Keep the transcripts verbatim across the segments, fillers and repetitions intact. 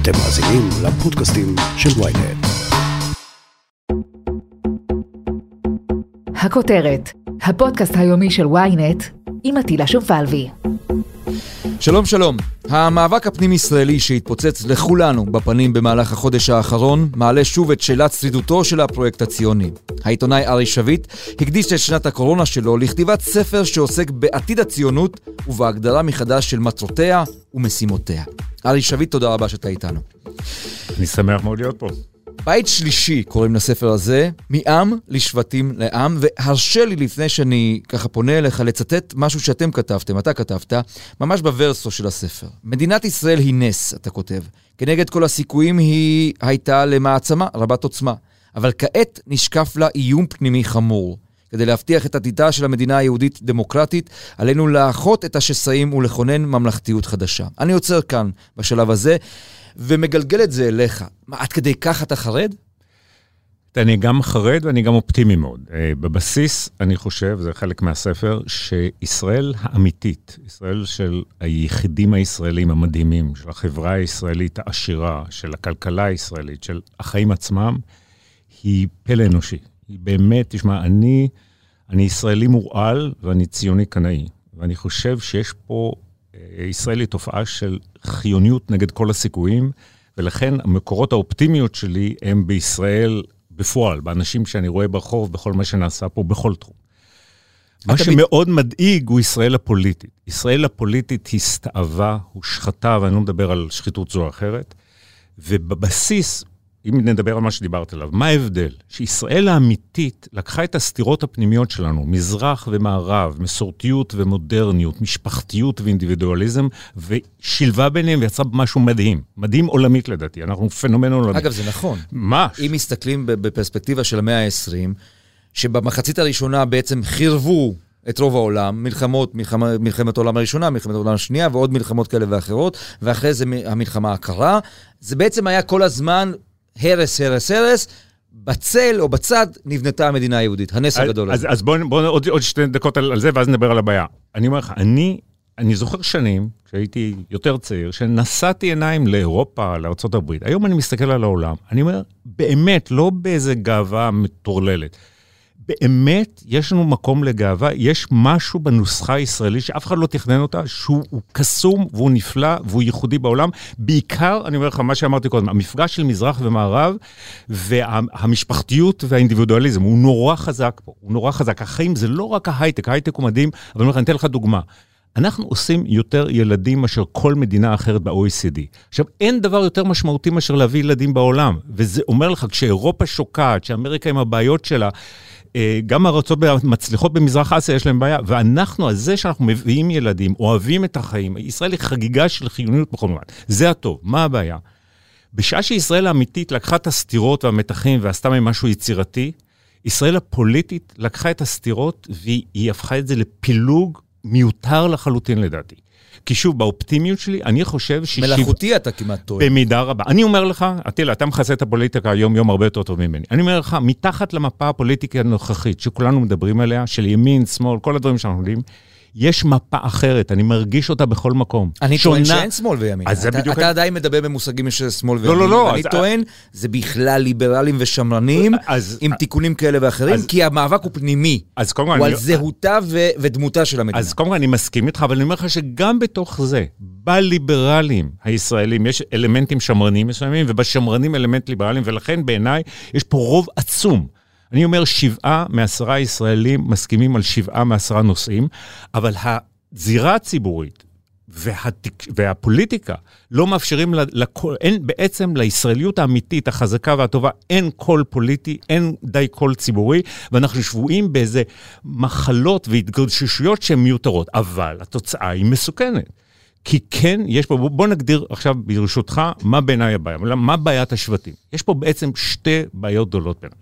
אתם מאזינים לפודקאסטים של וויינט. הכותרת, הפודקאסט היומי של וויינט עם עטילה שומפלבי. שלום שלום, המאבק הפנים ישראלי שהתפוצץ לכולנו בפנים במהלך החודש האחרון מעלה שוב את שאלת שרידותו של הפרויקט הציוני. העיתונאי ארי שביט הקדיש את שנת הקורונה שלו לכתיבת ספר שעוסק בעתיד הציונות ובהגדרה מחדש של מטרותיה ומשימותיה. ארי שביט, תודה רבה שאתה איתנו. אני שמח מאוד להיות פה. בית שלישי קוראים לספר הזה, מעם לשבטים לעם, והרשה לי לפני שאני ככה פונה אליך לצטט משהו שאתם כתבתם, אתה כתבת, ממש בוורסו של הספר. מדינת ישראל היא נס, אתה כותב. כנגד כל הסיכויים היא הייתה למעצמה רבת עוצמה, אבל כעת נשקף לה איום פנימי חמור. כדי להבטיח את עתידה של המדינה היהודית דמוקרטית, עלינו לאחות את השסעים ולכונן ממלכתיות חדשה. אני עוצר כאן בשלב הזה, ומגלגל את זה אליך. מה, עד כדי כך אתה חרד? אני גם חרד ואני גם אופטימי מאוד. בבסיס, אני חושב, זה חלק מהספר, שישראל האמיתית, ישראל של היחידים הישראלים המדהימים, של החברה הישראלית העשירה, של הכלכלה הישראלית, של החיים עצמם, היא פלא אנושי. היא באמת, תשמע, אני, אני ישראלי מורעל ואני ציוני קנאי. ואני חושב שיש פה ישראל היא תופעה של חיוניות נגד כל הסיכויים, ולכן המקורות האופטימיות שלי הם בישראל בפועל, באנשים שאני רואה ברחוב, בכל מה שנעשה פה, בכל תחום. מה שמאוד מדאיג הוא ישראל הפוליטית. ישראל הפוליטית הסתאבה, הושחתה, ואני לא מדבר על שחיתות זו או אחרת, ובבסיס, אם נדבר על מה שדיברת עליו, מה ההבדל? שישראל האמיתית לקחה את הסתירות הפנימיות שלנו, מזרח ומערב, מסורתיות ומודרניות, משפחתיות ואינדיבידואליזם, ושילבה ביניהם ויצרה משהו מדהים. מדהים עולמית לדעתי, אנחנו פנומן עולמי. אגב, זה נכון. מה? אם מסתכלים בפרספקטיבה של המאה ה-עשרים, שבמחצית הראשונה בעצם חירבו את רוב העולם, מלחמות, מלחמה, מלחמת העולם הראשונה, מלחמת העולם השנייה, ועוד מלחמות כאלה ואחרות, ואחרי זה המלחמה הקרה. זה בעצם היה כל הזמן הרס, הרס, הרס, בצל או בצד נבנתה המדינה היהודית, הנס הגדול הזה. אז, אז בואו בוא, עוד, עוד שתי דקות על, על זה, ואז נדבר על הבעיה. אני אומר לך, אני, אני זוכר שנים, כשהייתי יותר צעיר, שנסעתי עיניים לאירופה, לארצות הברית. היום אני מסתכל על העולם, אני אומר, באמת, לא באיזה גאווה מטורללת. באמת, יש לנו מקום לגאווה, יש משהו בנוסחה הישראלית שאף אחד לא תכנן אותה, שהוא קסום והוא נפלא והוא ייחודי בעולם. בעיקר, אני אומר לך מה שאמרתי קודם, המפגש של מזרח ומערב והמשפחתיות והאינדיבידואליזם, הוא נורא חזק פה, הוא נורא חזק. החיים זה לא רק ההייטק, ההייטק הוא מדהים, אבל אני אתן לך דוגמה. אנחנו עושים יותר ילדים מאשר כל מדינה אחרת ב-או אי סי די. עכשיו, אין דבר יותר משמעותי מאשר להביא ילדים בעולם, וזה אומר לך, כשאירופה שוקעת, שאמריקה עם הבעיות שלה, גם הארצות מצליחות במזרח אסיה יש להם בעיה, ואנחנו, אז זה שאנחנו מביאים ילדים, אוהבים את החיים, ישראל היא חגיגה של חיוניות בכל מובן. זה הטוב. מה הבעיה? בשעה שישראל האמיתית לקחה את הסתירות והמתחים ועשתה מהם משהו יצירתי, ישראל הפוליטית לקחה את הסתירות והיא הפכה את זה לפילוג מיותר לחלוטין לדעתי. כי שוב, באופטימיות שלי, אני חושב ש... מלאכותי אתה כמעט טועה. במידה רבה. אני אומר לך, עטילה, אתה מכסה את הפוליטיקה היום יום הרבה יותר טוב ממני. אני אומר לך, מתחת למפה הפוליטיקה הנוכחית, שכולנו מדברים עליה, של ימין, שמאל, כל הדברים שאנחנו יודעים, יש מפה אחרת, אני מרגיש אותה בכל מקום. אני טוען שאין שמאל וימין. אתה עדיין מדבר במושגים של שמאל וימין. לא, לא, לא. אני טוען, זה בכלל ליברלים ושמרנים, עם תיקונים כאלה ואחרים, כי המאבק הוא פנימי. הוא על זהותה ודמותה של המדינה. אז קודם כל אני מסכים איתך, אבל אני אומר לך שגם בתוך זה, בליברלים הישראלים, יש אלמנטים שמרנים מסוימים, ובשמרנים אלמנט ליברלים, ולכן בעיניי יש פה רוב עצום. אני אומר, שבעה מעשרה ישראלים מסכימים על שבעה מעשרה נושאים, אבל הזירה הציבורית והתק... והפוליטיקה לא מאפשרים, לכל... אין, בעצם לישראליות האמיתית, החזקה והטובה, אין קול פוליטי, אין די קול ציבורי, ואנחנו שבועים באיזה מחלות והתגודשויות שהן מיותרות, אבל התוצאה היא מסוכנת. כי כן, יש פה, בוא נגדיר עכשיו ברשותך, מה בעיניי הבעיה, מה בעיית השבטים. יש פה בעצם שתי בעיות גדולות בעיניי.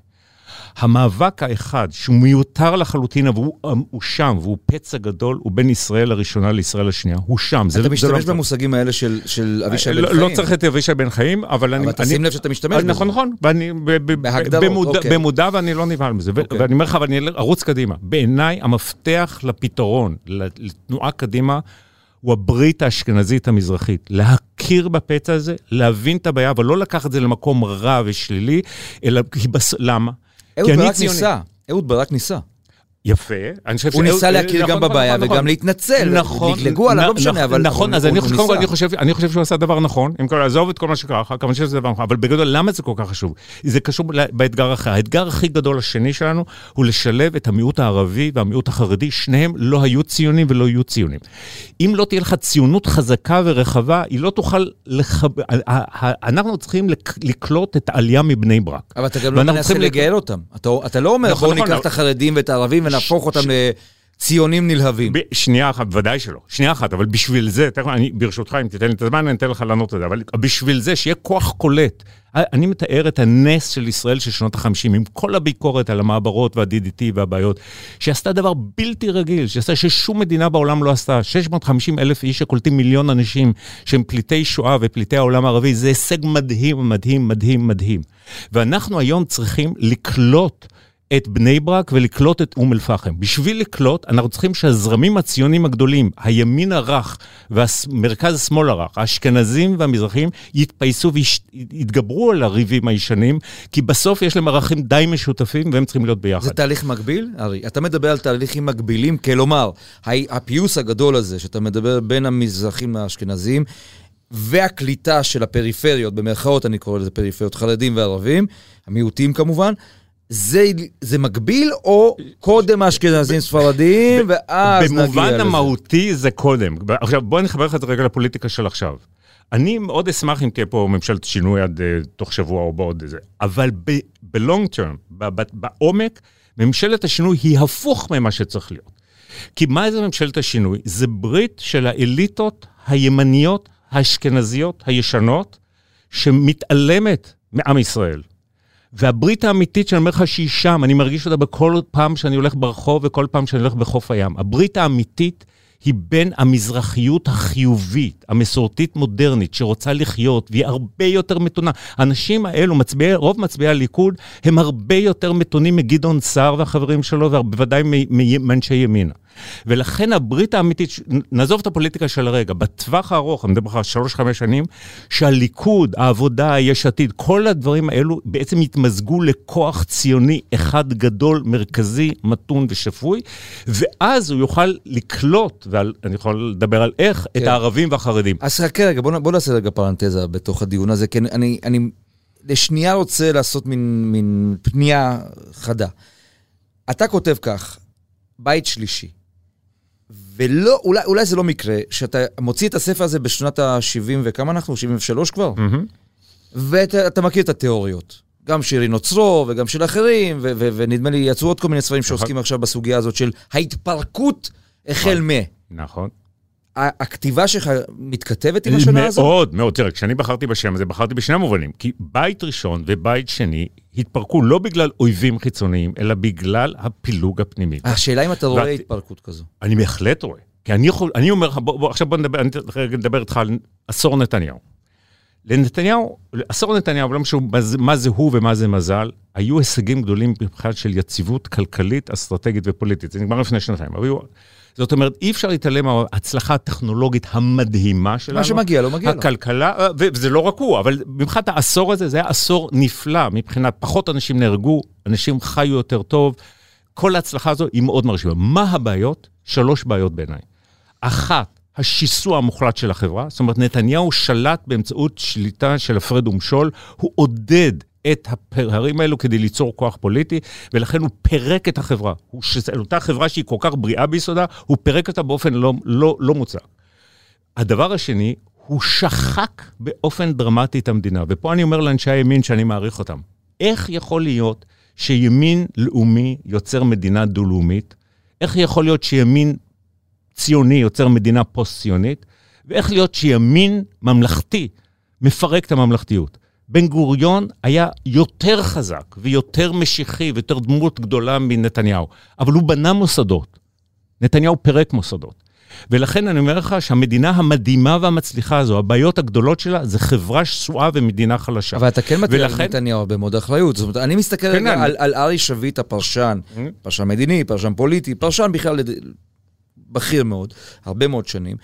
המאבק האחד, שהוא מיותר לחלוטין, והוא הוא שם, והוא פצע גדול, הוא בין ישראל הראשונה לישראל השנייה, הוא שם. אתה משתמש במושגים האלה של, של אבישי בן חיים? לא צריך את אבישי בן חיים, אבל אני... אבל תשים לב שאתה משתמש בזה. נכון, נכון, ואני... בהגדרות, אוקיי. במודע, ואני לא נבהל מזה. ואני אומר לך, ואני ארוץ קדימה. בעיניי, המפתח לפתרון, לתנועה קדימה, הוא הברית האשכנזית המזרחית. להכיר בפצע הזה, להבין את הבעיה, אבל לא לקחת את זה למקום רע ושלילי, אלא למה? אהוד ברק ניסה. אהוד ברק ניסה. יפה. הוא ניסה להכיר גם בבעיה וגם להתנצל. נכון. לגלגו עליו, לא משנה, אבל... נכון, אז אני חושב שהוא עשה דבר נכון, אם כל לעזוב את כל מה שקרה אחר, כמובן שזה דבר נכון, אבל בגדול, למה זה כל כך חשוב? זה קשור באתגר אחר. האתגר הכי גדול השני שלנו, הוא לשלב את המיעוט הערבי והמיעוט החרדי, שניהם לא היו ציונים ולא יהיו ציונים. אם לא תהיה לך ציונות חזקה ורחבה, היא לא תוכל לחבר... אנחנו צריכים לקלוט את העלייה מבני ברק. אבל אתה גם לא מנסה לגאל אותם. אתה לא אומר, בואו ניקח את החרדים ואת הערבים ונהפוך אותם לציונים נלהבים. שנייה אחת, ודאי שלא. שנייה אחת, אבל בשביל זה, ברשותך, אם תיתן לי את הזמן, אני אתן לך לענות את זה, אבל בשביל זה, שיהיה כוח קולט. אני מתאר את הנס של ישראל של שנות החמישים, עם כל הביקורת על המעברות וה-די די טי והבעיות, שעשתה דבר בלתי רגיל, שעשתה ששום מדינה בעולם לא עשתה. שש מאות וחמישים אלף איש שקולטים מיליון אנשים, שהם פליטי שואה ופליטי העולם הערבי, זה הישג מדהים, מדהים, מדהים, מדהים. ואנחנו היום צריכים לקלוט את בני ברק ולקלוט את אום אל-פחם. בשביל לקלוט, אנחנו צריכים שהזרמים הציונים הגדולים, הימין הרך והמרכז השמאל הרך, האשכנזים והמזרחים, יתפייסו ויתגברו על הריבים הישנים, כי בסוף יש להם ערכים די משותפים, והם צריכים להיות ביחד. זה תהליך מקביל, ארי? אתה מדבר על תהליכים מקבילים, כלומר, הפיוס הגדול הזה, שאתה מדבר בין המזרחים לאשכנזים, והקליטה של הפריפריות, במרכאות אני קורא לזה פריפריות, חרדים וערבים, המיעוטים כמובן, זה, זה מקביל או קודם האשכנזים ספרדיים ואז נגיע לזה? במובן המהותי זה קודם. עכשיו בוא נחבר לך את הרגע לפוליטיקה של עכשיו. אני מאוד אשמח אם תהיה פה ממשלת שינוי עד uh, תוך שבוע או בעוד איזה. אבל ב-long term, בעומק, ממשלת השינוי היא הפוך ממה שצריך להיות. כי מה זה ממשלת השינוי? זה ברית של האליטות הימניות, האשכנזיות, הישנות, שמתעלמת מעם ישראל. והברית האמיתית שאני אומר לך שהיא שם, אני מרגיש אותה בכל פעם שאני הולך ברחוב וכל פעם שאני הולך בחוף הים. הברית האמיתית היא בין המזרחיות החיובית, המסורתית מודרנית, שרוצה לחיות, והיא הרבה יותר מתונה. האנשים האלו, מצביעי, רוב מצביעי הליכוד, הם הרבה יותר מתונים מגדעון סער והחברים שלו, ובוודאי מאנשי ימינה. ולכן הברית האמיתית, נעזוב את הפוליטיקה של הרגע, בטווח הארוך, אני מדבר לך שלוש, חמש שנים, שהליכוד, העבודה, יש עתיד, כל הדברים האלו בעצם התמזגו לכוח ציוני אחד גדול, מרכזי, מתון ושפוי, ואז הוא יוכל לקלוט, ואני יכול לדבר על איך, את הערבים והחרדים. אז חכה רגע, בוא נעשה רגע פרנטזה בתוך הדיון הזה, כי אני, אני לשנייה רוצה לעשות מין, מין פנייה חדה. אתה כותב כך, בית שלישי, ולא, אולי, אולי זה לא מקרה, שאתה מוציא את הספר הזה בשנת ה-שבעים וכמה אנחנו? שבעים ושלוש כבר? Mm-hmm. ואתה אתה מכיר את התיאוריות. גם של רינו צרור וגם של אחרים, ו- ו- ונדמה לי יצאו עוד כל מיני ספרים שעוסקים עכשיו בסוגיה הזאת של ההתפרקות החל מ... נכון. הכתיבה שלך מתכתבת עם השנה הזאת? מאוד, מאוד. תראה, כשאני בחרתי בשם הזה, בחרתי בשני מובנים. כי בית ראשון ובית שני התפרקו לא בגלל אויבים חיצוניים, אלא בגלל הפילוג הפנימי. השאלה אם אתה רואה התפרקות כזו. אני בהחלט רואה. כי אני יכול, אני אומר לך, בוא, בוא, עכשיו בוא נדבר, אני נדבר איתך על עשור נתניהו. לנתניהו, עשור נתניהו, לא משהו, מה זה הוא ומה זה מזל, היו הישגים גדולים מבחינת של יציבות כלכלית, אסטרטגית ופוליטית. זה נגמר לפני שנתיים. זאת אומרת, אי אפשר להתעלם מההצלחה הטכנולוגית המדהימה שלנו. מה שמגיע לו, מגיע לו. הכלכלה, וזה לא רק הוא, אבל מבחינת העשור הזה, זה היה עשור נפלא, מבחינת פחות אנשים נהרגו, אנשים חיו יותר טוב, כל ההצלחה הזו היא מאוד מרשימה. מה הבעיות? שלוש בעיות בעיניי. אחת, השיסוע המוחלט של החברה, זאת אומרת, נתניהו שלט באמצעות שליטה של הפרד ומשול, הוא עודד את הפערים האלו כדי ליצור כוח פוליטי, ולכן הוא פרק את החברה. הוא על אותה חברה שהיא כל כך בריאה ביסודה, הוא פרק אותה באופן לא, לא, לא מוצא. הדבר השני, הוא שחק באופן דרמטי את המדינה, ופה אני אומר לאנשי הימין שאני מעריך אותם. איך יכול להיות שימין לאומי יוצר מדינה דו-לאומית? איך יכול להיות שימין ציוני יוצר מדינה פוסט-ציונית? ואיך להיות שימין ממלכתי מפרק את הממלכתיות? בן גוריון היה יותר חזק ויותר משיחי ויותר דמות גדולה מנתניהו, אבל הוא בנה מוסדות. נתניהו פרק מוסדות. ולכן אני אומר לך שהמדינה המדהימה והמצליחה הזו, הבעיות הגדולות שלה, זה חברה שסועה ומדינה חלשה. אבל אתה כן מתאר ולכן... נתניהו במוד אחריות. זאת אומרת, אני מסתכל כן על, על, על ארי שביט הפרשן, mm-hmm. פרשן מדיני, פרשן פוליטי, פרשן בכלל בכיר מאוד, הרבה מאוד שנים.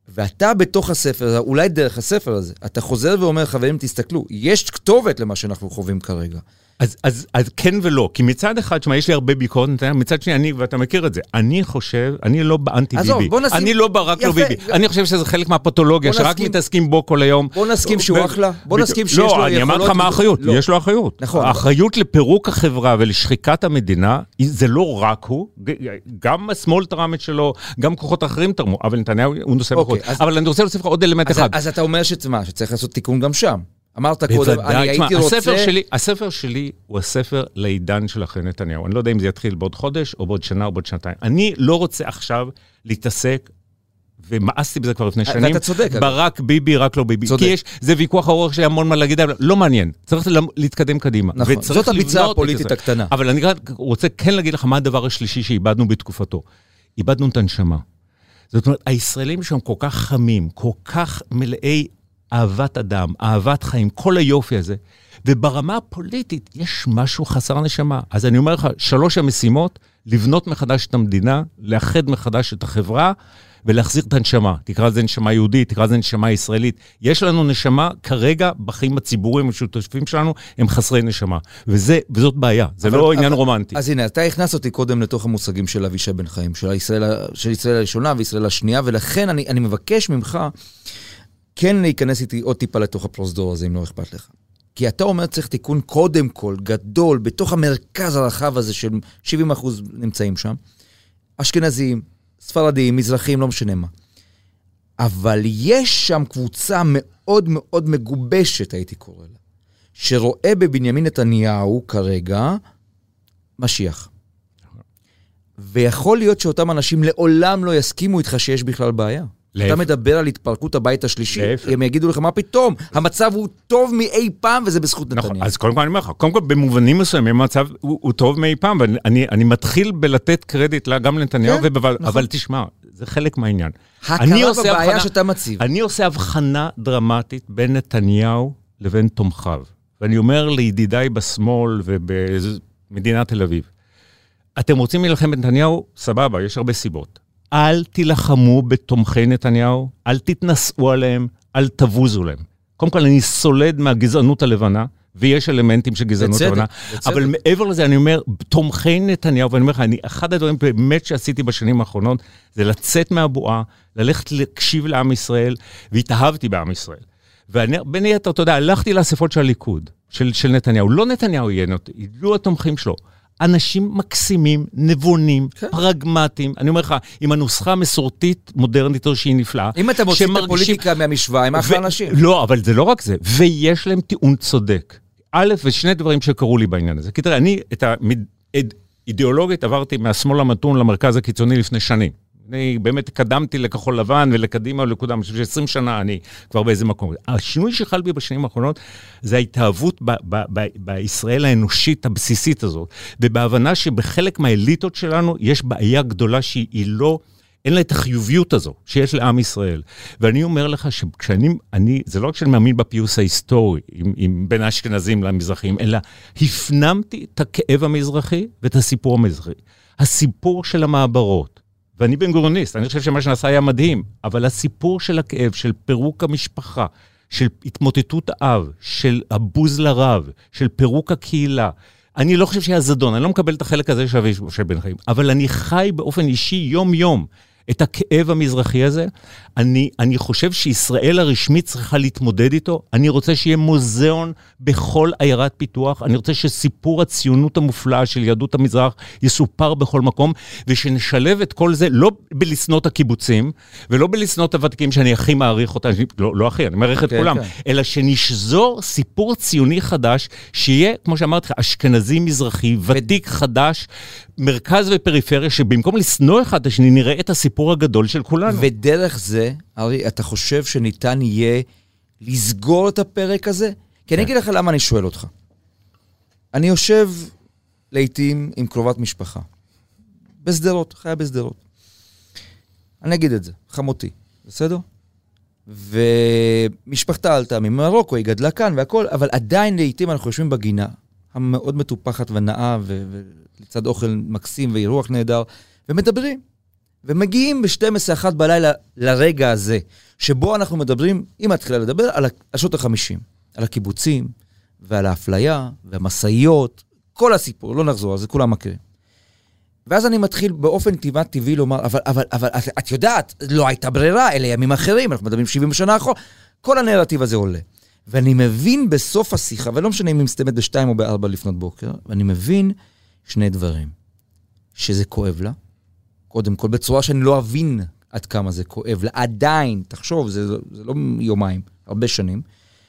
ואתה בתוך הספר הזה, אולי דרך הספר הזה, אתה חוזר ואומר, חברים, תסתכלו, יש כתובת למה שאנחנו חווים כרגע. אז, אז, אז כן ולא, כי מצד אחד, שמה, יש לי הרבה ביקורת, מצד שני, אני, ואתה מכיר את זה, אני חושב, אני לא באנטי ביבי, נשים... אני לא ברק לא ביבי, אני חושב שזה חלק מהפתולוגיה, שרק נסכים... מתעסקים בו כל היום. בוא נסכים שהוא אחלה, בוא נסכים שיש לא, לו יכולות... לא, אני אמרתי לך מה האחריות, לא. יש לו אחריות. נכון. האחריות לפירוק החברה ולשחיקת המדינה, זה לא רק הוא, גם השמאל תרם את שלו, גם כוחות אחרים תרמו, אבל נתניהו הוא נושא בחוץ. אז... אבל אני רוצה להוסיף לך עוד אלמנט אז, אחד. אז אתה אומר שצמה, שצריך לעשות תיקון גם שם. אמרת קודם, אני הייתי רוצה... הספר שלי, הספר שלי הוא הספר לעידן של אחרי נתניהו. אני לא יודע אם זה יתחיל בעוד חודש, או בעוד שנה, או בעוד שנתיים. אני לא רוצה עכשיו להתעסק, ומאסתי בזה כבר לפני שנים. ואתה צודק. ברק ביבי, רק לא ביבי. כי יש, זה ויכוח ארוך שלי המון מה להגיד, לא מעניין. צריך להתקדם קדימה. נכון, זאת הביצה הפוליטית הקטנה. אבל אני רוצה כן להגיד לך מה הדבר השלישי שאיבדנו בתקופתו. איבדנו את הנשמה. זאת אומרת, הישראלים שם כל כך חמים, כל כך מלאי אהבת אדם, אהבת חיים, כל היופי הזה, וברמה הפוליטית יש משהו חסר נשמה. אז אני אומר לך, שלוש המשימות, לבנות מחדש את המדינה, לאחד מחדש את החברה, ולהחזיר את הנשמה. תקרא לזה נשמה יהודית, תקרא לזה נשמה ישראלית. יש לנו נשמה, כרגע, בחיים הציבוריים המשותפים שלנו, הם חסרי נשמה. וזה, וזאת בעיה, זה אבל, לא עניין אבל, רומנטי. אז הנה, אתה הכנסת אותי קודם לתוך המושגים של אבישי בן חיים, של ישראל, של ישראל הראשונה וישראל השנייה, ולכן אני, אני מבקש ממך, כן להיכנס איתי עוד טיפה לתוך הפרוזדור הזה, אם לא אכפת לך. כי אתה אומר צריך תיקון קודם כל, גדול, בתוך המרכז הרחב הזה של שבעים אחוז נמצאים שם. אשכנזים, ספרדים, מזרחים, לא משנה מה. אבל יש שם קבוצה מאוד מאוד מגובשת, הייתי קורא לה, שרואה בבנימין נתניהו כרגע משיח. ויכול להיות שאותם אנשים לעולם לא יסכימו איתך שיש בכלל בעיה. אתה מדבר על התפרקות הבית השלישי, הם יגידו לך, מה פתאום? המצב הוא טוב מאי פעם, וזה בזכות נתניהו. אז קודם כל אני אומר לך, קודם כל במובנים מסוימים, המצב הוא טוב מאי פעם, ואני מתחיל בלתת קרדיט גם לנתניהו, אבל תשמע, זה חלק מהעניין. הכרה בבעיה שאתה מציב. אני עושה הבחנה דרמטית בין נתניהו לבין תומכיו, ואני אומר לידידיי בשמאל ובמדינת תל אביב, אתם רוצים להילחם בנתניהו? סבבה, יש הרבה סיבות. אל תילחמו בתומכי נתניהו, אל תתנסעו עליהם, אל תבוזו להם. קודם כל, אני סולד מהגזענות הלבנה, ויש אלמנטים של גזענות לבנה, אבל מעבר לזה, אני אומר, תומכי נתניהו, ואני אומר לך, אחד הדברים באמת שעשיתי בשנים האחרונות, זה לצאת מהבועה, ללכת להקשיב לעם ישראל, והתאהבתי בעם ישראל. ובין היתר, אתה יודע, הלכתי לאספות של הליכוד, של, של נתניהו. לא נתניהו יהיה, יהיו התומכים שלו. אנשים מקסימים, נבונים, כן. פרגמטיים. אני אומר לך, עם הנוסחה המסורתית, מודרנית או שהיא נפלאה. אם אתה מוציא שמרגישים... את הפוליטיקה מהמשוואה, הם אחלה אנשים. לא, אבל זה לא רק זה. ויש להם טיעון צודק. א', ושני דברים שקרו לי בעניין הזה. כי תראה, אני את האידיאולוגית עברתי מהשמאל המתון למרכז הקיצוני לפני שנים. אני באמת קדמתי לכחול לבן ולקדימה ולקודם, אני חושב ש-עשרים שנה אני כבר באיזה מקום. השינוי שחל בי בשנים האחרונות, זה ההתאהבות ב- ב- ב- בישראל האנושית הבסיסית הזאת, ובהבנה שבחלק מהאליטות שלנו יש בעיה גדולה שהיא לא, אין לה את החיוביות הזו שיש לעם ישראל. ואני אומר לך שכשאני, אני, זה לא רק שאני מאמין בפיוס ההיסטורי, עם, עם בין האשכנזים למזרחים, אלא הפנמתי את הכאב המזרחי ואת הסיפור המזרחי. הסיפור של המעברות, ואני בן גוריוניסט, אני חושב שמה שנעשה היה מדהים, אבל הסיפור של הכאב, של פירוק המשפחה, של התמוטטות האב, של הבוז לרב, של פירוק הקהילה, אני לא חושב שהיה זדון, אני לא מקבל את החלק הזה של בן חיים, אבל אני חי באופן אישי יום-יום את הכאב המזרחי הזה. אני, אני חושב שישראל הרשמית צריכה להתמודד איתו. אני רוצה שיהיה מוזיאון בכל עיירת פיתוח. אני רוצה שסיפור הציונות המופלאה של יהדות המזרח יסופר בכל מקום, ושנשלב את כל זה, לא בלסנות הקיבוצים, ולא בלסנות הוותיקים שאני הכי מעריך אותם, לא, לא הכי, אני מעריך את כולם, אלא שנשזור סיפור ציוני חדש, שיהיה, כמו שאמרתי, אשכנזי מזרחי, ותיק חדש, מרכז ופריפריה, שבמקום לסנוע אחד השני, נראה את הסיפור הגדול של כולנו. ודרך זה, ארי, אתה חושב שניתן יהיה לסגור את הפרק הזה? כי אני אגיד לך למה אני שואל אותך. אני יושב לעתים עם קרובת משפחה. בסדרות, חיה בסדרות. אני אגיד את זה, חמותי, בסדר? ומשפחתה עלתה ממרוקו, היא גדלה כאן והכל, אבל עדיין לעתים אנחנו יושבים בגינה, המאוד מטופחת ונאה, ולצד אוכל מקסים ואירוח נהדר, ומדברים. ומגיעים ב-שתים עשרה אחת בלילה לרגע הזה, שבו אנחנו מדברים, אם מתחילה לדבר, על השנות ה-חמישים, על הקיבוצים, ועל האפליה, והמסעיות, כל הסיפור, לא נחזור על זה, כולם מכירים. ואז אני מתחיל באופן טבע טבעי לומר, אבל, אבל, אבל את, את יודעת, לא הייתה ברירה, אלה ימים אחרים, אנחנו מדברים שבעים שנה אחורה, כל הנרטיב הזה עולה. ואני מבין בסוף השיחה, ולא משנה אם היא מסתיימת בשתיים או בארבע לפנות בוקר, ואני מבין שני דברים. שזה כואב לה, קודם כל, בצורה שאני לא אבין עד כמה זה כואב לה, עדיין, תחשוב, זה, זה לא יומיים, הרבה שנים,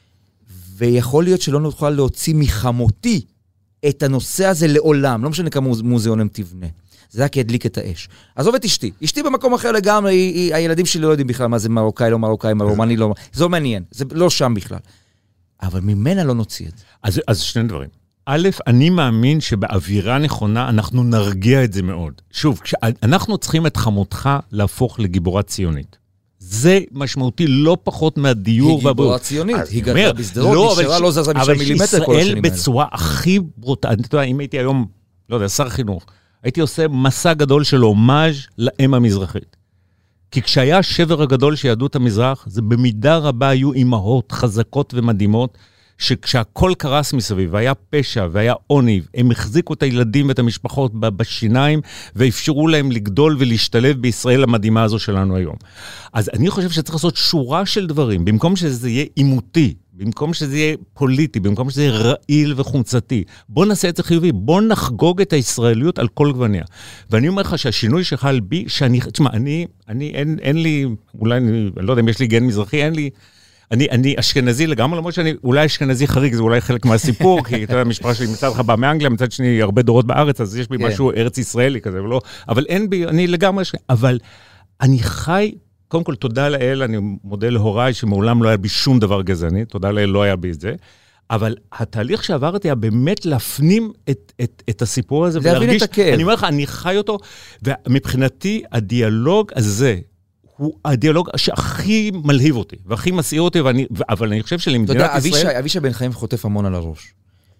ויכול להיות שלא נוכל להוציא מחמותי את הנושא הזה לעולם, לא משנה כמה מוזיאונים תבנה. זה רק ידליק את האש. עזוב את אשתי. אשתי במקום אחר לגמרי, היא, היא, הילדים שלי לא יודעים בכלל מה זה מרוקאי, לא מרוקאי, מרומני, לא... זה לא מעניין, זה לא שם בכלל. אבל ממנה לא נוציא את זה. אז, אז שני דברים. א', אני מאמין שבאווירה נכונה אנחנו נרגיע את זה מאוד. שוב, אנחנו צריכים את חמותך להפוך לגיבורה ציונית. זה משמעותי לא פחות מהדיור. היא גיבורה ציונית, היא גדלה בסדרות, נשארה לא זזה משם מילימטר כל השנים האלה. אבל ישראל בצורה הכי ברוטה, אני יודע, אם הייתי היום, לא יודע, שר חינוך, הייתי עושה מסע גדול של הומאז' לאם המזרחית. כי כשהיה השבר הגדול של יהדות המזרח, זה במידה רבה היו אימהות חזקות ומדהימות, שכשהכל קרס מסביב, והיה פשע והיה עוני, הם החזיקו את הילדים ואת המשפחות בשיניים, ואפשרו להם לגדול ולהשתלב בישראל המדהימה הזו שלנו היום. אז אני חושב שצריך לעשות שורה של דברים, במקום שזה יהיה אימותי, במקום שזה יהיה פוליטי, במקום שזה יהיה רעיל וחומצתי. בוא נעשה את זה חיובי, בוא נחגוג את הישראליות על כל גווניה. ואני אומר לך שהשינוי שחל בי, שאני, תשמע, אני, אני, אין, אין לי, אולי, אני לא יודע אם יש לי גן מזרחי, אין לי, אני, אני אשכנזי לגמרי, למרות שאני אולי אשכנזי חריג, זה אולי חלק מהסיפור, כי אתה יודע, המשפחה שלי מצד לך בא מאנגליה, מצד שני הרבה דורות בארץ, אז יש בי משהו ארץ ישראלי כזה, ולא, אבל אין בי, אני לגמרי אשכנזי, אבל אני חי, קודם כל תודה לאל, אני מודה להוריי שמעולם לא היה בי שום דבר גזעני, תודה לאל לא היה בי את זה, אבל התהליך שעברתי היה באמת להפנים את, את, את הסיפור הזה, להבין את הכאב. אני אומר לך, אני חי אותו, ומבחינתי הדיאלוג הזה, הוא הדיאלוג שהכי מלהיב אותי, והכי מסעיר אותי, ואני, אבל אני חושב שלמדינת ישראל... אתה יודע, אבישי בן חיים חוטף המון על הראש.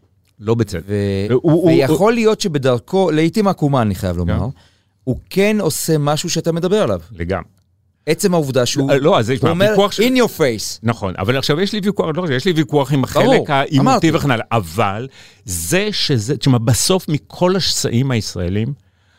לא בצד. ויכול להיות שבדרכו, לעתים עקומה, אני חייב לומר, הוא כן עושה משהו שאתה מדבר עליו. לגמרי. עצם העובדה שהוא אומר, in your face. נכון, אבל עכשיו יש לי ויכוח, לא, יש לי ויכוח עם החלק האימותי וכן הלאה, אבל זה שזה, תשמע, בסוף מכל השסעים הישראלים,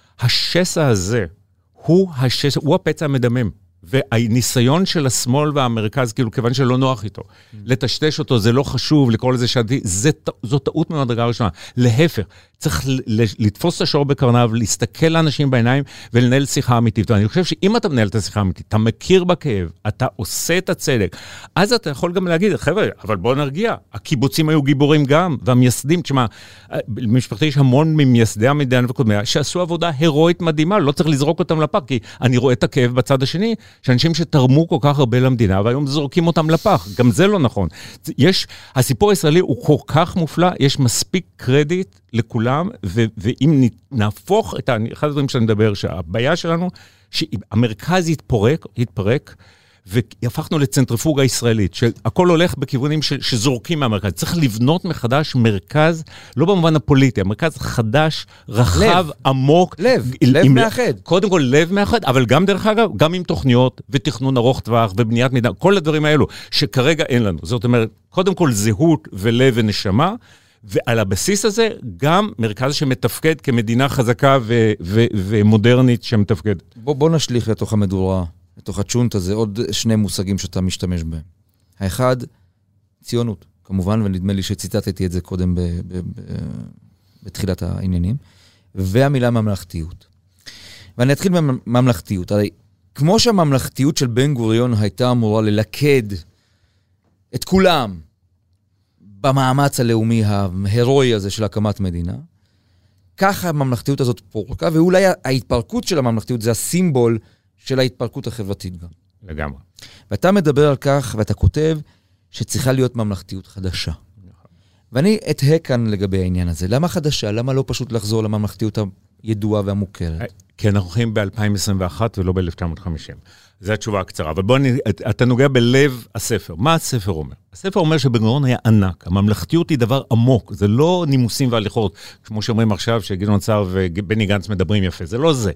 השסע הזה, הוא השסע, הוא הפצע המדמם. והניסיון של השמאל והמרכז, כאילו, כיוון שלא נוח איתו, לטשטש אותו, זה לא חשוב, לקרוא לזה שעתי, זו טעות ממדרגה ראשונה. להפך, צריך לתפוס את השור בקרניו, להסתכל לאנשים בעיניים, ולנהל שיחה אמיתית. ואני חושב שאם אתה מנהל את השיחה האמיתית, אתה מכיר בכאב, אתה עושה את הצדק, אז אתה יכול גם להגיד, חבר'ה, אבל בוא נרגיע, הקיבוצים היו גיבורים גם, והמייסדים, תשמע, במשפחתי יש המון ממייסדי המדינה וקודמיה, שעשו עבודה הירואית מדהימה, לא צריך לזרוק אותם לפח, כי אני רואה את הכאב בצד השני, שאנשים שתרמו כל כך הרבה למדינה, והיום זורקים אותם לפח. גם זה לא נכון. יש, הסיפור הישראלי הוא כל כך מופלא, יש מספיק קרדיט לכולם, ו- ואם נהפוך את, אחד הדברים שאני מדבר, שהבעיה שלנו, שהמרכז יתפרק, יתפרק, והפכנו לצנטריפוגה ישראלית, שהכל הולך בכיוונים ש- שזורקים מהמרכז. צריך לבנות מחדש מרכז, לא במובן הפוליטי, המרכז חדש, רחב, לב. עמוק. לב, לב עם, מאחד. קודם כל לב מאחד, אבל גם דרך אגב, גם עם תוכניות ותכנון ארוך טווח ובניית מידע, כל הדברים האלו, שכרגע אין לנו. זאת אומרת, קודם כל זהות ולב ונשמה, ועל הבסיס הזה גם מרכז שמתפקד כמדינה חזקה ו- ו- ומודרנית שמתפקד. בוא, בוא נשליך לתוך המדורה. לתוך הצ'ונט הזה, עוד שני מושגים שאתה משתמש בהם. האחד, ציונות, כמובן, ונדמה לי שציטטתי את זה קודם ב- ב- ב- בתחילת העניינים, והמילה ממלכתיות. ואני אתחיל בממלכתיות. הרי כמו שהממלכתיות של בן גוריון הייתה אמורה ללכד את כולם במאמץ הלאומי ההירואי הזה של הקמת מדינה, ככה הממלכתיות הזאת פורקה, ואולי ההתפרקות של הממלכתיות זה הסימבול של ההתפרקות החברתית גם. לגמרי. ואתה מדבר על כך, ואתה כותב שצריכה להיות ממלכתיות חדשה. ואני אתהה כאן לגבי העניין הזה. למה חדשה? למה לא פשוט לחזור לממלכתיות הידועה והמוכרת? כי אנחנו חיים ב-אלפיים עשרים ואחת ולא ב-אלף תשע מאות וחמישים. זו התשובה הקצרה. אבל בוא, אתה נוגע בלב הספר. מה הספר אומר? הספר אומר שבן גוריון היה ענק. הממלכתיות היא דבר עמוק. זה לא נימוסים והליכות, כמו שאומרים עכשיו, שגדעון סער ובני גנץ מדברים יפה. זה לא זה.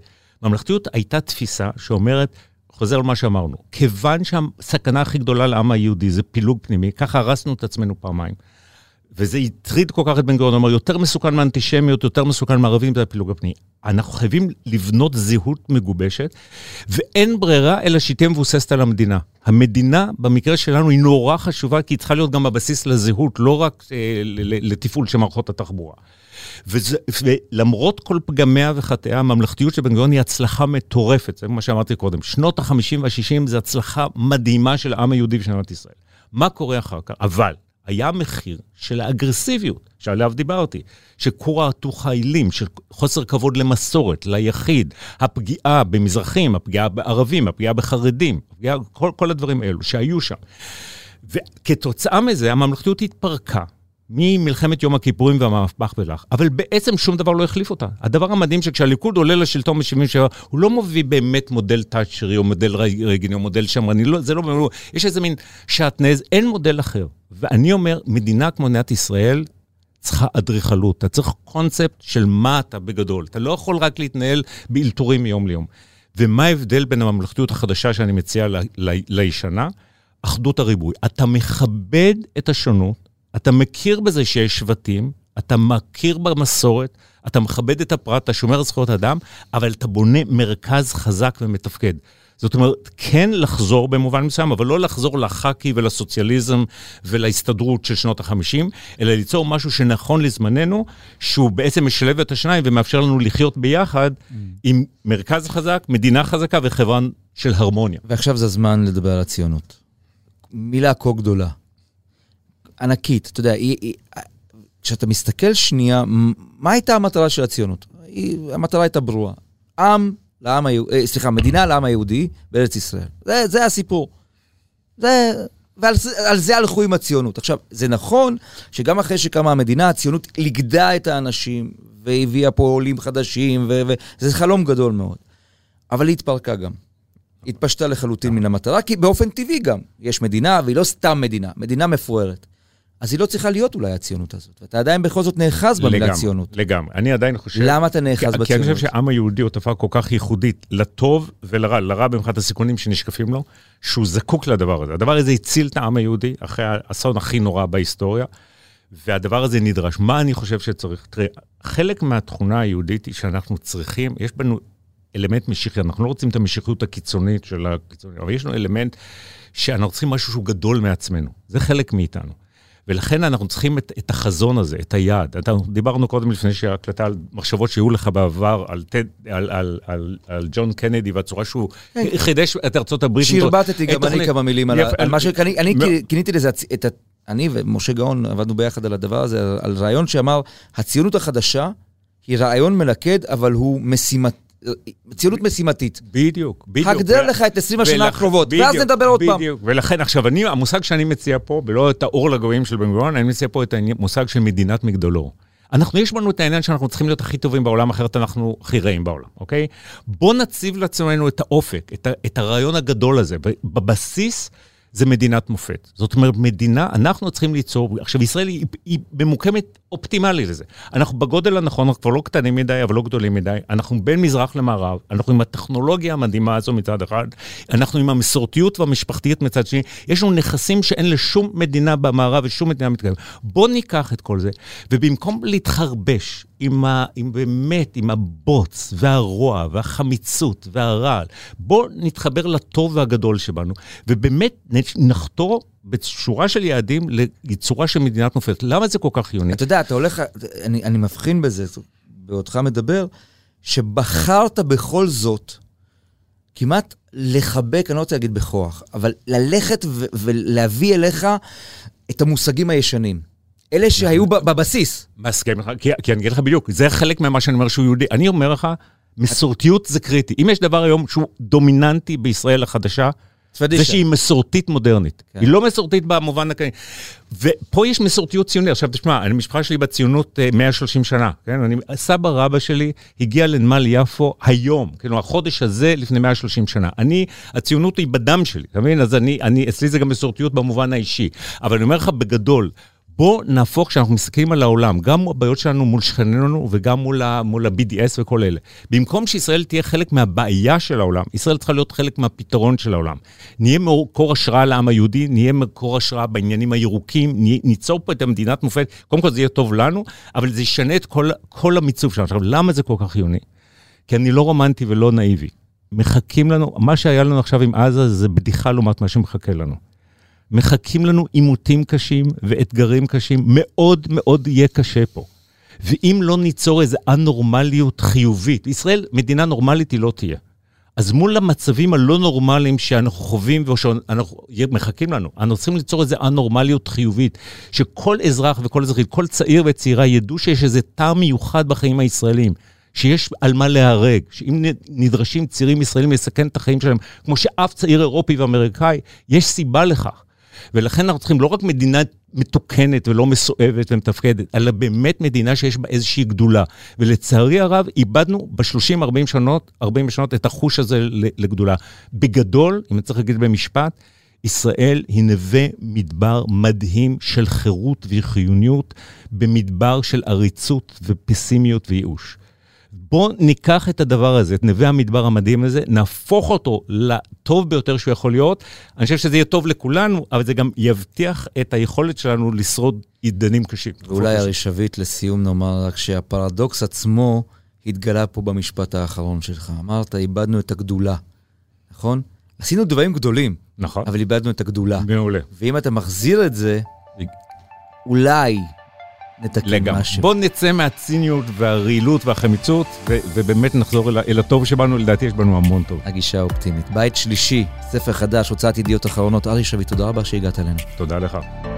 ממלכתיות הייתה תפיסה שאומרת, חוזר על מה שאמרנו, כיוון שהסכנה הכי גדולה לעם היהודי זה פילוג פנימי, ככה הרסנו את עצמנו פעמיים. וזה יטריד כל כך את בן גוריון, אומר, יותר מסוכן מאנטישמיות, יותר מסוכן מערבים, זה הפילוג הפנימי. אנחנו חייבים לבנות זהות מגובשת, ואין ברירה אלא שהיא תהיה מבוססת על המדינה. המדינה, במקרה שלנו, היא נורא חשובה, כי היא צריכה להיות גם הבסיס לזהות, לא רק אה, לתפעול של מערכות התחבורה. וזה, ולמרות כל פגמיה וחטאיה, הממלכתיות של בן גוריון היא הצלחה מטורפת, זה מה שאמרתי קודם. שנות ה-חמישים וה-שישים זה הצלחה מדהימה של העם היהודי בשנת ישראל. מה קורה אחר כך? אבל היה מחיר של האגרסיביות, שעליו דיברתי, שכור ההתוך העילים, של חוסר כבוד למסורת, ליחיד, הפגיעה במזרחים, הפגיעה בערבים, הפגיעה בחרדים, הפגיעה, כל, כל הדברים האלו שהיו שם. וכתוצאה מזה, הממלכתיות התפרקה, ממלחמת יום הכיפורים והמהפך ולך, אבל בעצם שום דבר לא החליף אותה. הדבר המדהים שכשהליכוד עולה לשלטון ב-שבעים ושבע, הוא לא מביא באמת מודל תאצ'רי או מודל רגיני או מודל שמרני, לא, זה לא, יש איזה מין שעטנז, אין מודל אחר. ואני אומר, מדינה כמו מדינת ישראל צריכה אדריכלות, אתה צריך קונספט של מה אתה בגדול, אתה לא יכול רק להתנהל באלתורים מיום ליום. ומה ההבדל בין הממלכתיות החדשה שאני מציע לישנה? אחדות הריבוי. אתה מכבד את השונות, אתה מכיר בזה שיש שבטים, אתה מכיר במסורת, אתה מכבד את הפרט, אתה שומר על זכויות אדם, אבל אתה בונה מרכז חזק ומתפקד. זאת אומרת, כן לחזור במובן מסוים, אבל לא לחזור לחקי ולסוציאליזם ולהסתדרות של שנות החמישים, אלא ליצור משהו שנכון לזמננו, שהוא בעצם משלב את השניים ומאפשר לנו לחיות ביחד mm. עם מרכז חזק, מדינה חזקה וחברה של הרמוניה. ועכשיו זה הזמן לדבר על הציונות. מילה כה גדולה. ענקית, אתה יודע, היא, היא, כשאתה מסתכל שנייה, מה הייתה המטרה של הציונות? היא, המטרה הייתה ברורה. עם לעם היהודי, סליחה, מדינה לעם היהודי בארץ ישראל. זה, זה הסיפור. זה, ועל על זה הלכו עם הציונות. עכשיו, זה נכון שגם אחרי שקמה המדינה, הציונות לגדה את האנשים, והביאה פה עולים חדשים, ו, וזה חלום גדול מאוד. אבל היא התפרקה גם. התפשטה לחלוטין מן המטרה, כי באופן טבעי גם יש מדינה, והיא לא סתם מדינה, מדינה מפוארת. אז היא לא צריכה להיות אולי הציונות הזאת. ואתה עדיין בכל זאת נאחז במילה ציונות. לגמרי. אני עדיין חושב... למה אתה נאחז בציונות? כי אני חושב שהעם היהודי הוא תופעה כל כך ייחודית, לטוב ולרע, לרע במחת הסיכונים שנשקפים לו, שהוא זקוק לדבר הזה. הדבר הזה הציל את העם היהודי, אחרי האסון הכי נורא בהיסטוריה, והדבר הזה נדרש. מה אני חושב שצריך? תראה, חלק מהתכונה היהודית היא שאנחנו צריכים, יש בנו אלמנט משיחי, אנחנו לא רוצים את המשיחיות הקיצונית של הקיצונית, אבל יש לנו אלמנט שאנחנו צריכים משהו שהוא גדול מעצמנו. זה חלק מאיתנו. ולכן אנחנו צריכים את, את החזון הזה, את היעד. דיברנו קודם לפני שהקלטה על מחשבות שהיו לך בעבר, על, על, על, על, על, על ג'ון קנדי, והצורה שהוא חידש את ארצות הברית. שהרבטתי גם אני כמה מילים על, על מה שאני, אני כיניתי לזה, את, אני ומשה גאון עבדנו ביחד על הדבר הזה, על רעיון שאמר, הציונות החדשה היא רעיון מלכד, אבל הוא משימת, ציונות משימתית. בדיוק, בדיוק. הגדל לך את עשרים השנה הקרובות, ואז נדבר עוד פעם. בדיוק, ולכן עכשיו, אני, המושג שאני מציע פה, ולא את האור לגויים של בן גוריון, אני מציע פה את המושג של מדינת מגדלור. אנחנו, יש לנו את העניין שאנחנו צריכים להיות הכי טובים בעולם, אחרת אנחנו הכי רעים בעולם, אוקיי? בוא נציב לעצמנו את האופק, את, את הרעיון הגדול הזה, בבסיס, זה מדינת מופת. זאת אומרת, מדינה, אנחנו צריכים ליצור, עכשיו, ישראל היא, היא במוקמת אופטימלי לזה. אנחנו בגודל הנכון, אנחנו כבר לא קטנים מדי, אבל לא גדולים מדי. אנחנו בין מזרח למערב, אנחנו עם הטכנולוגיה המדהימה הזו מצד אחד, אנחנו עם המסורתיות והמשפחתיות מצד שני, יש לנו נכסים שאין לשום מדינה במערב ושום מדינה מתקדמת. בוא ניקח את כל זה, ובמקום להתחרבש עם, ה, עם באמת, עם הבוץ והרוע והחמיצות והרעל, בוא נתחבר לטוב והגדול שבנו, ובאמת נחתור בצורה של יעדים ליצורה של מדינת מופת. למה זה כל כך חיוני? אתה יודע, אתה הולך, אני, אני מבחין בזה, בעודך מדבר, שבחרת בכל זאת, כמעט לחבק, אני לא רוצה להגיד בכוח, אבל ללכת ו- ולהביא אליך את המושגים הישנים. אלה שהיו בבסיס. מסכים לך, כי, כי אני אגיד לך בדיוק, זה חלק ממה שאני אומר שהוא יהודי. אני אומר לך, מסורתיות זה קריטי. אם יש דבר היום שהוא דומיננטי בישראל החדשה, זה שהיא מסורתית מודרנית. היא לא מסורתית במובן הכי. ופה יש מסורתיות ציונית. עכשיו תשמע, אני משפחה שלי בציונות מאה ושלושים שנה. סבא רבא שלי הגיע לנמל יפו היום, כאילו החודש הזה לפני מאה ושלושים שנה. אני, הציונות היא בדם שלי, אתה מבין? אז אני, אצלי זה גם מסורתיות במובן האישי. אבל אני אומר לך בגדול, בוא נהפוך כשאנחנו מסתכלים על העולם, גם הבעיות שלנו מול שכנינו וגם מול ה-בי די אס וכל אלה. במקום שישראל תהיה חלק מהבעיה של העולם, ישראל צריכה להיות חלק מהפתרון של העולם. נהיה מקור השראה לעם היהודי, נהיה מקור השראה בעניינים הירוקים, ניצור פה את המדינת מופת, קודם כל זה יהיה טוב לנו, אבל זה ישנה את כל, כל המיצוב שלנו. עכשיו, למה זה כל כך חיוני? כי אני לא רומנטי ולא נאיבי. מחכים לנו, מה שהיה לנו עכשיו עם עזה זה בדיחה לעומת מה שמחכה לנו. מחכים לנו עימותים קשים ואתגרים קשים, מאוד מאוד יהיה קשה פה. ואם לא ניצור איזו אנורמליות חיובית, ישראל מדינה נורמלית היא לא תהיה. אז מול המצבים הלא נורמליים שאנחנו חווים ושאנחנו מחכים לנו, אנחנו צריכים ליצור איזו אנורמליות חיובית, שכל אזרח וכל אזרחית, כל צעיר וצעירה ידעו שיש איזה טעם מיוחד בחיים הישראלים, שיש על מה להרג, שאם נדרשים צעירים ישראלים לסכן את החיים שלהם, כמו שאף צעיר אירופי ואמריקאי, יש סיבה לכך. ולכן אנחנו צריכים לא רק מדינה מתוקנת ולא מסואבת ומתפקדת, אלא באמת מדינה שיש בה איזושהי גדולה. ולצערי הרב, איבדנו ב-שלושים ארבעים שנות, ארבעים שנות את החוש הזה לגדולה. בגדול, אם אני צריך להגיד במשפט, ישראל היא נווה מדבר מדהים של חירות וחיוניות, במדבר של עריצות ופסימיות וייאוש. בואו ניקח את הדבר הזה, את נווה המדבר המדהים הזה, נהפוך אותו לטוב ביותר שהוא יכול להיות. אני חושב שזה יהיה טוב לכולנו, אבל זה גם יבטיח את היכולת שלנו לשרוד עידנים קשים. ואולי הרשבית לסיום נאמר רק שהפרדוקס עצמו התגלה פה במשפט האחרון שלך. אמרת, איבדנו את הגדולה, נכון? עשינו דברים גדולים, נכון. אבל איבדנו את הגדולה. מעולה. ואם אתה מחזיר את זה, אולי נתקן משהו. בוא נצא מהציניות והרעילות והחמיצות, ו- ובאמת נחזור אל, אל הטוב שבנו, לדעתי יש בנו המון טוב. הגישה האופטימית. בית שלישי, ספר חדש, הוצאת ידיעות אחרונות. ארי שביט, תודה רבה שהגעת אלינו. תודה לך.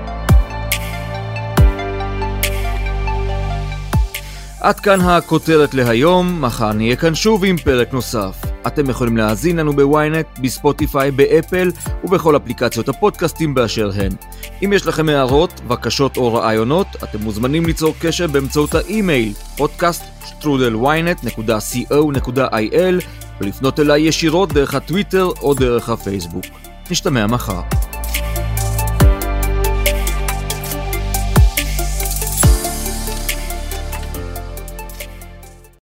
עד כאן הכותרת להיום, מחר נהיה כאן שוב עם פרק נוסף. אתם יכולים להאזין לנו בוויינט, בספוטיפיי, באפל ובכל אפליקציות הפודקאסטים באשר הן. אם יש לכם הערות, בקשות או רעיונות, אתם מוזמנים ליצור קשר באמצעות האימייל פודקאסט שטרודל וויינט נקודה סי או נקודה איי אל ולפנות אליי ישירות דרך הטוויטר או דרך הפייסבוק. נשתמע מחר.